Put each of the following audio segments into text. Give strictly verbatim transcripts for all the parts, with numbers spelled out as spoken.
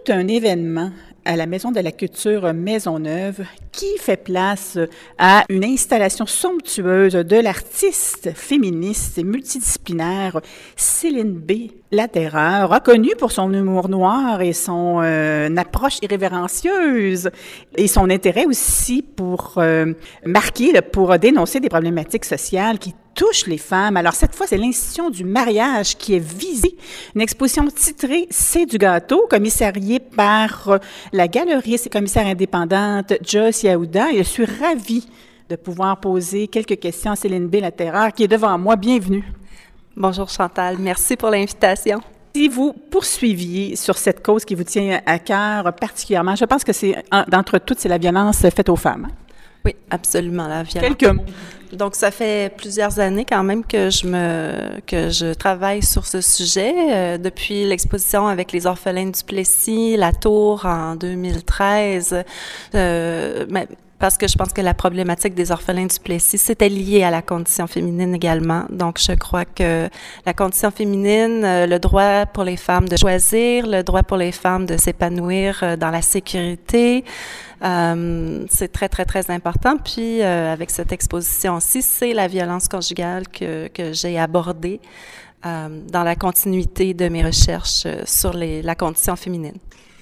un événement à la Maison de la Culture Maisonneuve qui fait place à une installation somptueuse de l'artiste féministe et multidisciplinaire Céline B. Latterreur, reconnue pour son humour noir et son euh, approche irrévérencieuse et son intérêt aussi pour euh, marquer, pour dénoncer des problématiques sociales qui touchent les femmes. Alors, cette fois, c'est l'institution du mariage qui est visée. Une exposition titrée « C'est du gâteau », commissariée par euh, la galeriste et commissaire indépendante Joyce Yaouda. Et je suis ravie de pouvoir poser quelques questions à Céline B. Latterreur, qui est devant moi. Bienvenue. Bonjour Chantal, merci pour l'invitation. Si vous poursuiviez sur cette cause qui vous tient à cœur particulièrement, je pense que c'est, d'entre toutes, c'est la violence faite aux femmes. Oui, absolument, la violence. Quelques mots. Donc, ça fait plusieurs années quand même que je me que je travaille sur ce sujet. Euh, depuis l'exposition avec les orphelins du Plessis, la Tour en deux mille treize, euh, mais, parce que je pense que la problématique des orphelins du Plessis, c'était lié à la condition féminine également. Donc, je crois que la condition féminine, le droit pour les femmes de choisir, le droit pour les femmes de s'épanouir dans la sécurité, euh, c'est très, très, très important. Puis, euh, avec cette exposition-ci, c'est la violence conjugale que, que j'ai abordée euh, dans la continuité de mes recherches sur les, la condition féminine.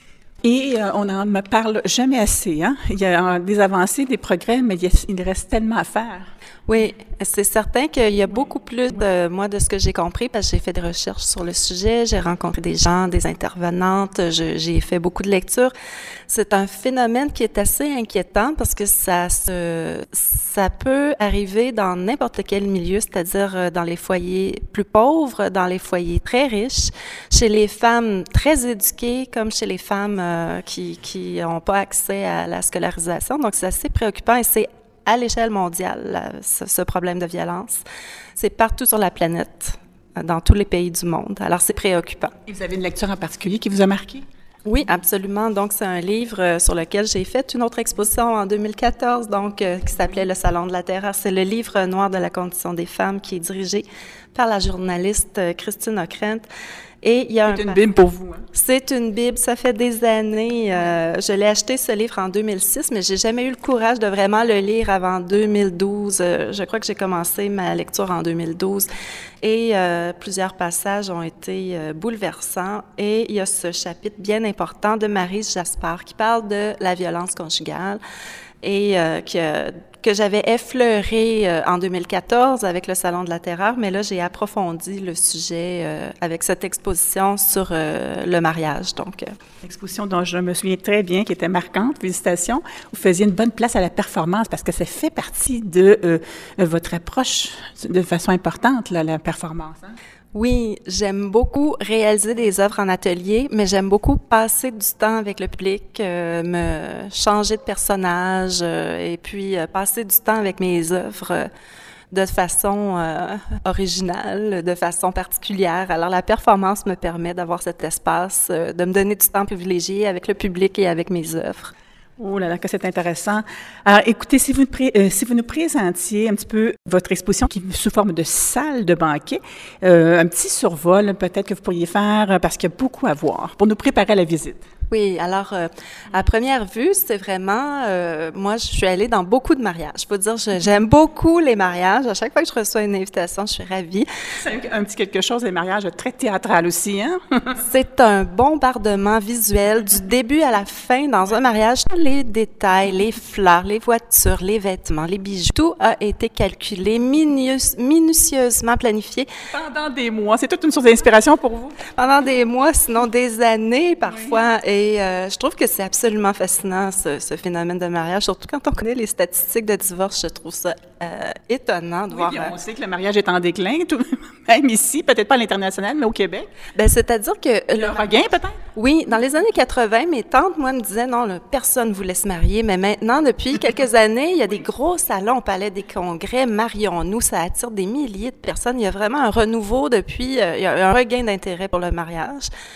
Et euh, on n'en me parle jamais assez, hein? Il y a des avancées, des progrès, mais il, y a, il reste tellement à faire. Oui, c'est certain qu'il y a beaucoup plus de moi de ce que j'ai compris parce que j'ai fait des recherches sur le sujet, j'ai rencontré des gens, des intervenantes, je, j'ai fait beaucoup de lectures. C'est un phénomène qui est assez inquiétant parce que ça se, ça peut arriver dans n'importe quel milieu, c'est-à-dire dans les foyers plus pauvres, dans les foyers très riches, chez les femmes très éduquées comme chez les femmes euh, qui qui n'ont pas accès à la scolarisation. Donc c'est assez préoccupant et c'est à l'échelle mondiale, là, ce, ce problème de violence. C'est partout sur la planète, dans tous les pays du monde. Alors, c'est préoccupant. Et vous avez une lecture en particulier qui vous a marqué? Oui, absolument. Donc, c'est un livre sur lequel j'ai fait une autre exposition en deux mille quatorze, donc, euh, qui s'appelait « Le Salon de la Terreur ». C'est le livre noir de la condition des femmes qui est dirigé par la journaliste Christine Ockrent. Et il y a c'est un... une bible pour vous, hein? C'est une bible, ça fait des années. Euh, je l'ai acheté, ce livre, en deux mille six, mais j'ai jamais eu le courage de vraiment le lire avant deux mille douze. Euh, je crois que j'ai commencé ma lecture en deux mille douze. Et euh, plusieurs passages ont été euh, bouleversants. Et il y a ce chapitre bien important de Maryse Jaspar qui parle de la violence conjugale et euh, que, que j'avais effleuré euh, en deux mille quatorze avec le Salon de la Terreur, mais là, j'ai approfondi le sujet euh, avec cette exposition sur euh, le mariage. Donc, euh. Exposition dont je me souviens très bien, qui était marquante. Félicitations. Vous faisiez une bonne place à la performance parce que ça fait partie de euh, votre approche de façon importante, là, la performance, hein? Oui, j'aime beaucoup réaliser des œuvres en atelier, mais j'aime beaucoup passer du temps avec le public, euh, me changer de personnage euh, et puis euh, passer du temps avec mes œuvres euh, de façon euh, originale, de façon particulière. Alors, la performance me permet d'avoir cet espace, euh, de me donner du temps privilégié avec le public et avec mes œuvres. Oh là là, que c'est intéressant. Alors, écoutez, si vous, pré- euh, si vous nous présentiez un petit peu votre exposition qui est sous forme de salle de banquet, euh, un petit survol peut-être que vous pourriez faire parce qu'il y a beaucoup à voir pour nous préparer à la visite. Oui, alors, euh, à première vue, c'est vraiment... Euh, moi, je suis allée dans beaucoup de mariages. Je peux dire, je, j'aime beaucoup les mariages. À chaque fois que je reçois une invitation, je suis ravie. C'est un, un petit quelque chose, les mariages très théâtral aussi, hein? C'est un bombardement visuel du début à la fin dans un mariage. Les détails, les fleurs, les voitures, les vêtements, les bijoux, tout a été calculé, minus, minutieusement planifié. Pendant des mois. C'est toute une source d'inspiration pour vous? Pendant des mois, sinon des années parfois. Oui. Et euh, je trouve que c'est absolument fascinant, ce, ce phénomène de mariage, surtout quand on connaît les statistiques de divorce. Je trouve ça euh, étonnant de oui, voir... Bien, on sait que le mariage est en déclin, tout, même ici, peut-être pas à l'international, mais au Québec. Bien, c'est-à-dire que... Le, le regain, peut-être? Oui, dans les années quatre-vingt, mes tantes, moi, me disaient, non, là, personne ne voulait se marier, mais maintenant, depuis quelques années, il y a des gros salons au Palais des Congrès, marions-nous, ça attire des milliers de personnes. Il y a vraiment un renouveau depuis, euh, il y a un regain d'intérêt pour le mariage.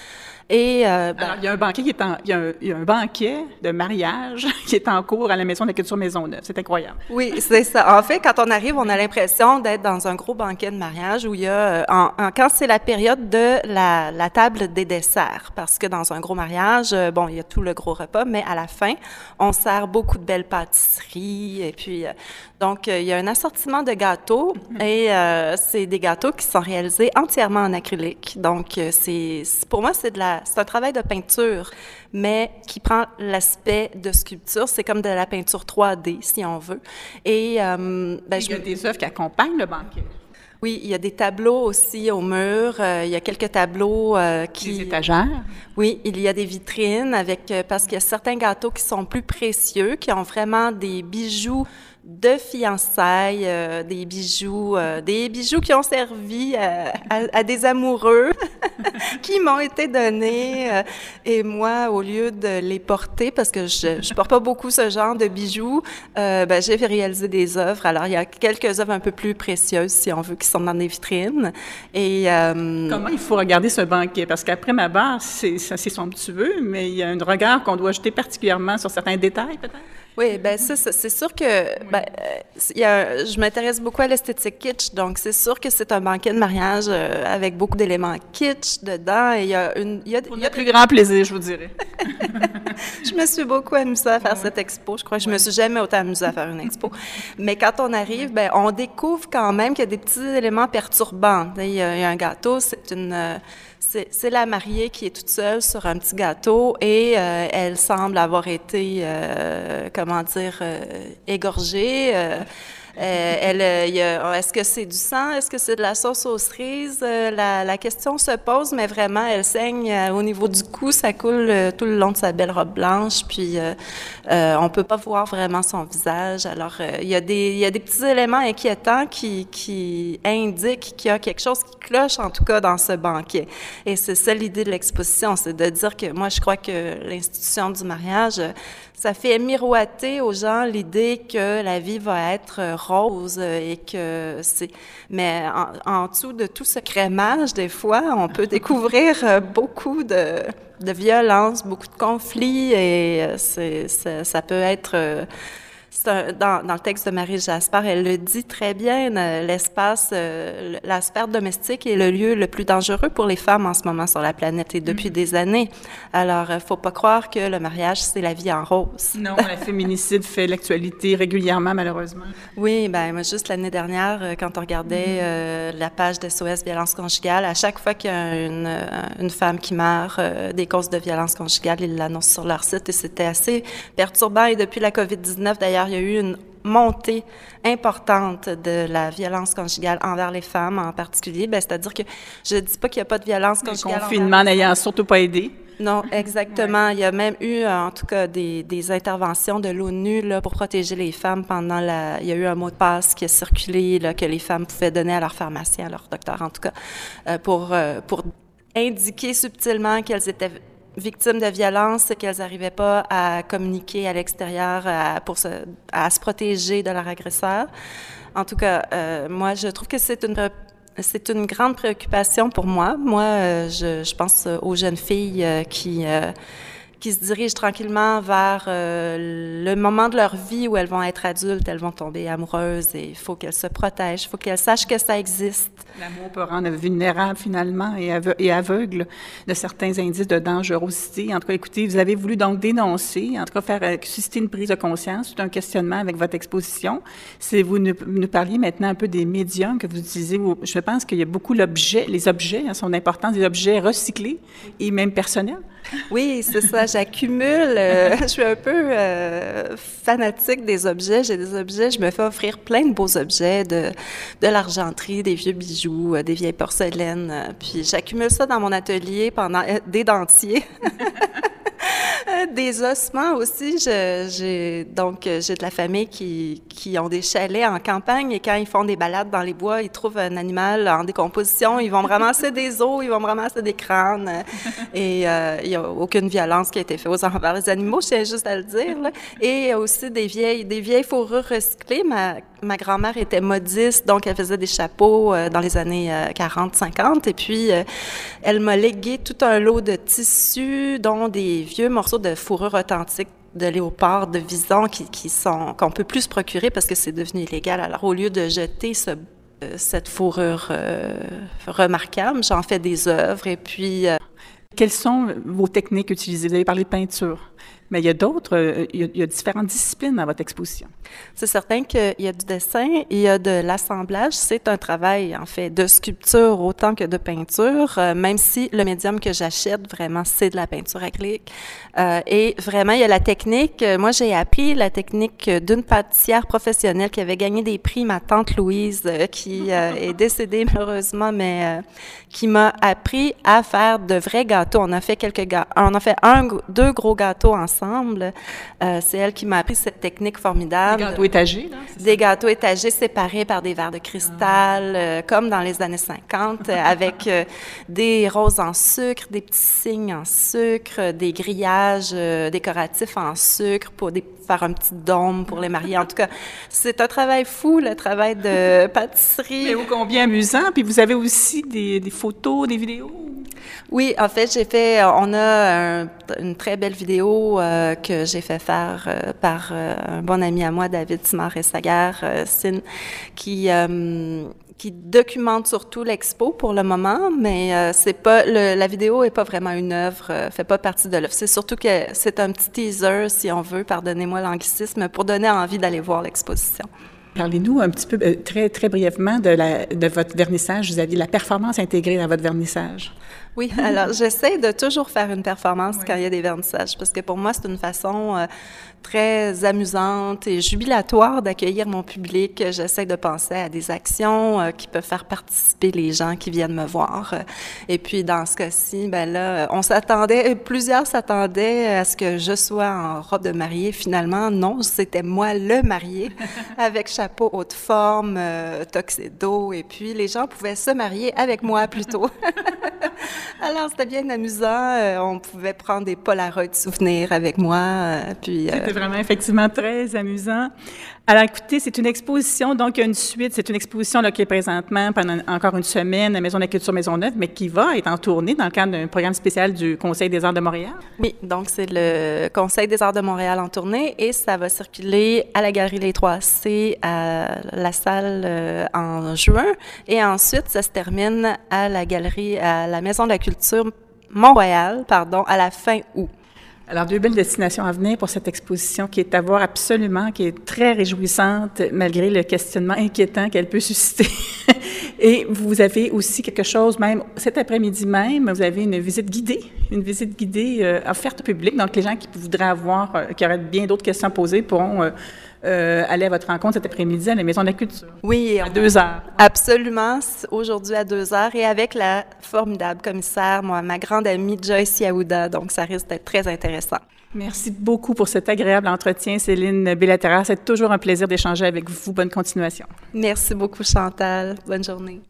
Et euh, ben, alors, il y a un banquet qui est en, il y a un, il y a un banquet de mariage qui est en cours à la Maison de la Culture Maisonneuve. C'est incroyable. Oui, c'est ça. En fait, quand on arrive, on a l'impression d'être dans un gros banquet de mariage où il y a, en, en, quand c'est la période de la, la table des desserts, parce que dans un gros mariage, bon, il y a tout le gros repas, mais à la fin, on sert beaucoup de belles pâtisseries et puis donc il y a un assortiment de gâteaux et euh, c'est des gâteaux qui sont réalisés entièrement en acrylique. Donc c'est, pour moi, c'est de la, c'est un travail de peinture, mais qui prend l'aspect de sculpture. C'est comme de la peinture trois D, si on veut. Et euh, ben, il y a je... des œuvres qui accompagnent le banquet. Oui, il y a des tableaux aussi au mur. Euh, il y a quelques tableaux euh, qui... Des étagères. Oui, il y a des vitrines avec euh, parce qu'il y a certains gâteaux qui sont plus précieux, qui ont vraiment des bijoux de fiançailles, euh, des bijoux, euh, des bijoux qui ont servi à, à, à des amoureux qui m'ont été donnés. Euh, et moi, au lieu de les porter, parce que je je porte pas beaucoup ce genre de bijoux, euh, ben, j'ai réalisé des œuvres. Alors, il y a quelques œuvres un peu plus précieuses, si on veut, qui sont dans des vitrines. Et euh, comment il faut regarder ce banquet? Parce qu'après ma barre, c'est, c'est somptueux, mais il y a un regard qu'on doit jeter particulièrement sur certains détails, peut-être? Oui, ben ça, c'est sûr que ben, il y a, je m'intéresse beaucoup à l'esthétique kitsch, donc c'est sûr que c'est un banquet de mariage euh, avec beaucoup d'éléments kitsch dedans. Et il y a une, il y a, Pour il y a le plus grand plaisir, je vous dirais. Je me suis beaucoup amusée à faire ouais. cette expo. Je crois que je me suis jamais autant amusée à faire une expo. Mais quand on arrive, ben on découvre quand même qu'il y a des petits éléments perturbants. Il y a, il y a un gâteau, c'est une C'est, c'est la mariée qui est toute seule sur un petit gâteau et euh, elle semble avoir été, euh, comment dire, euh, égorgée. Euh, euh, elle, euh, y a, est-ce que c'est du sang? Est-ce que c'est de la sauce aux cerises? Euh, la, la question se pose, mais vraiment, elle saigne euh, au niveau du cou, ça coule euh, tout le long de sa belle robe blanche, puis euh, euh, on peut pas voir vraiment son visage. Alors, euh, il y a des, il y a des petits éléments inquiétants qui, qui indiquent qu'il y a quelque chose qui cloche, en tout cas, dans ce banquet. Et c'est ça l'idée de l'exposition, c'est de dire que moi, je crois que l'institution du mariage, ça fait miroiter aux gens l'idée que la vie va être rose et que c'est... Mais en, en dessous de tout ce crémage, des fois, on peut découvrir beaucoup de, de violence, beaucoup de conflits et c'est, c'est, ça peut être... C'est un, dans, dans le texte de Marie Jasper, elle le dit très bien, euh, l'espace, euh, la sphère domestique est le lieu le plus dangereux pour les femmes en ce moment sur la planète et depuis mm. des années. Alors, il faut pas croire que le mariage, c'est la vie en rose. Non, la féminicide fait l'actualité régulièrement, malheureusement. Oui, ben moi, juste l'année dernière, quand on regardait mm. euh, la page d'S O S Violence conjugale, à chaque fois qu'il y a une, une femme qui meurt euh, des causes de violence conjugale, ils l'annoncent sur leur site et c'était assez perturbant. Et depuis la covid dix-neuf, d'ailleurs, il y a eu une montée importante de la violence conjugale envers les femmes en particulier. Bien, c'est-à-dire que je ne dis pas qu'il n'y a pas de violence conjugale. Le confinement n'ayant surtout pas aidé. Non, exactement. Ouais. Il y a même eu, en tout cas, des, des interventions de l'ONU là, pour protéger les femmes pendant la... Il y a eu un mot de passe qui a circulé là, que les femmes pouvaient donner à leur pharmacien, à leur docteur, en tout cas, euh, pour, euh, pour indiquer subtilement qu'elles étaient victimes de violence et qu'elles n'arrivaient pas à communiquer à l'extérieur à, pour se, à se protéger de leur agresseur. En tout cas, euh, moi, je trouve que c'est une, c'est une grande préoccupation pour moi. Moi, euh, je, je pense aux jeunes filles euh, qui... Euh, qui se dirigent tranquillement vers euh, le moment de leur vie où elles vont être adultes, elles vont tomber amoureuses et il faut qu'elles se protègent, il faut qu'elles sachent que ça existe. L'amour peut rendre vulnérable finalement et, aveu- et aveugle de certains indices de dangerosité. En tout cas, écoutez, vous avez voulu donc dénoncer, en tout cas faire euh, susciter une prise de conscience, tout un questionnement avec votre exposition. Si vous nous, nous parliez maintenant un peu des médiums que vous utilisez, où, je pense qu'il y a beaucoup l'objet, les objets hein, sont importants, des objets recyclés et même personnels. Oui, c'est ça. J'accumule. Euh, je suis un peu euh, fanatique des objets. J'ai des objets. Je me fais offrir plein de beaux objets, de, de l'argenterie, des vieux bijoux, euh, des vieilles porcelaines. Euh, puis j'accumule ça dans mon atelier pendant euh, des dentiers. des ossements aussi. Je, j'ai, donc, j'ai de la famille qui, qui ont des chalets en campagne et quand ils font des balades dans les bois, ils trouvent un animal en décomposition, ils vont me ramasser des os, ils vont me ramasser des crânes. Et euh, il n'y a aucune violence qui a été faite aux envers les animaux, je tiens juste à le dire. Là. Et aussi des vieilles, des vieilles fourrures recyclées. Ma, ma grand-mère était modiste, donc elle faisait des chapeaux euh, dans les années euh, quarante cinquante. Et puis, euh, elle m'a légué tout un lot de tissus, dont des vieux morceaux de fourrure authentique de léopard, de vison, qui, qui sont, qu'on peut plus se procurer parce que c'est devenu illégal. Alors, au lieu de jeter ce, euh, cette fourrure euh, remarquable, j'en fais des œuvres et puis... Euh, Quelles sont vos techniques utilisées? Vous avez parlé de peinture, mais il y a d'autres, euh, il, y a, il y a différentes disciplines dans votre exposition. C'est certain qu'il y a du dessin, il y a de l'assemblage. C'est un travail, en fait, de sculpture autant que de peinture, euh, même si le médium que j'achète, vraiment, c'est de la peinture acrylique. Euh, et vraiment, il y a la technique. Moi, j'ai appris la technique d'une pâtissière professionnelle qui avait gagné des prix, ma tante Louise, euh, qui euh, est décédée malheureusement, mais euh, qui m'a appris à faire de vrais gâteaux. On a fait quelques gâteaux. On a fait un, deux gros gâteaux ensemble. Euh, c'est elle qui m'a appris cette technique formidable. Des gâteaux étagés, là? Des gâteaux étagés séparés par des verres de cristal, euh, comme dans les années cinquante, euh, avec euh, des roses en sucre, des petits cygnes en sucre, des grillages euh, décoratifs en sucre pour des, faire un petit dôme pour les mariés. En tout cas, c'est un travail fou, le travail de pâtisserie. Mais ô combien amusant! Puis vous avez aussi des, des photos, des vidéos? Oui, en fait, j'ai fait, on a un, une très belle vidéo euh, que j'ai fait faire euh, par euh, un bon ami à moi, David Simard-Essaguer, euh, Sin, qui euh, qui documente surtout l'expo pour le moment, mais euh, c'est pas le, la vidéo est pas vraiment une œuvre, euh, fait pas partie de l'œuvre. C'est surtout que c'est un petit teaser, si on veut, pardonnez-moi l'anglicisme, pour donner envie d'aller voir l'exposition. Parlez-nous un petit peu, euh, très, très brièvement, de, la, de votre vernissage. Vous aviez la performance intégrée dans votre vernissage. Oui, alors j'essaie de toujours faire une performance oui. quand il y a des vernissages, parce que pour moi, c'est une façon euh, très amusante et jubilatoire d'accueillir mon public. J'essaie de penser à des actions euh, qui peuvent faire participer les gens qui viennent me voir. Et puis, dans ce cas-ci, ben là, on s'attendait, plusieurs s'attendaient à ce que je sois en robe de mariée. Finalement, non, c'était moi le marié, avec chapeau haute forme, euh, tuxedo, et puis les gens pouvaient se marier avec moi plutôt. Alors, c'était bien amusant. Euh, on pouvait prendre des polaroids souvenirs avec moi. Euh, puis, euh... C'était vraiment, effectivement, très amusant. Alors, écoutez, c'est une exposition, donc il y a une suite. C'est une exposition là, qui est présentement pendant encore une semaine à la Maison de la Culture Maisonneuve, mais qui va être en tournée dans le cadre d'un programme spécial du Conseil des arts de Montréal. Oui, donc c'est le Conseil des arts de Montréal en tournée et ça va circuler à la Galerie Les trois C, à la salle euh, en juin. Et ensuite, ça se termine à la Galerie, à la Maison de la Culture Mont-Royal, pardon, à la fin août. Alors, deux belles destinations à venir pour cette exposition qui est à voir absolument, qui est très réjouissante, malgré le questionnement inquiétant qu'elle peut susciter. Et vous avez aussi quelque chose, même cet après-midi même, vous avez une visite guidée, une visite guidée euh, offerte au public. Donc, les gens qui voudraient avoir, euh, qui auraient bien d'autres questions à poser pourront euh, euh, aller à votre rencontre cet après-midi à la Maison de la Culture. Oui. À deux heures. Absolument, aujourd'hui à deux heures et avec la formidable commissaire, moi, ma grande amie Joyce Yaouda. Donc, ça risque d'être très intéressant. Merci beaucoup pour cet agréable entretien, Céline Bellaterra. C'est toujours un plaisir d'échanger avec vous. Bonne continuation. Merci beaucoup, Chantal. Bonne journée.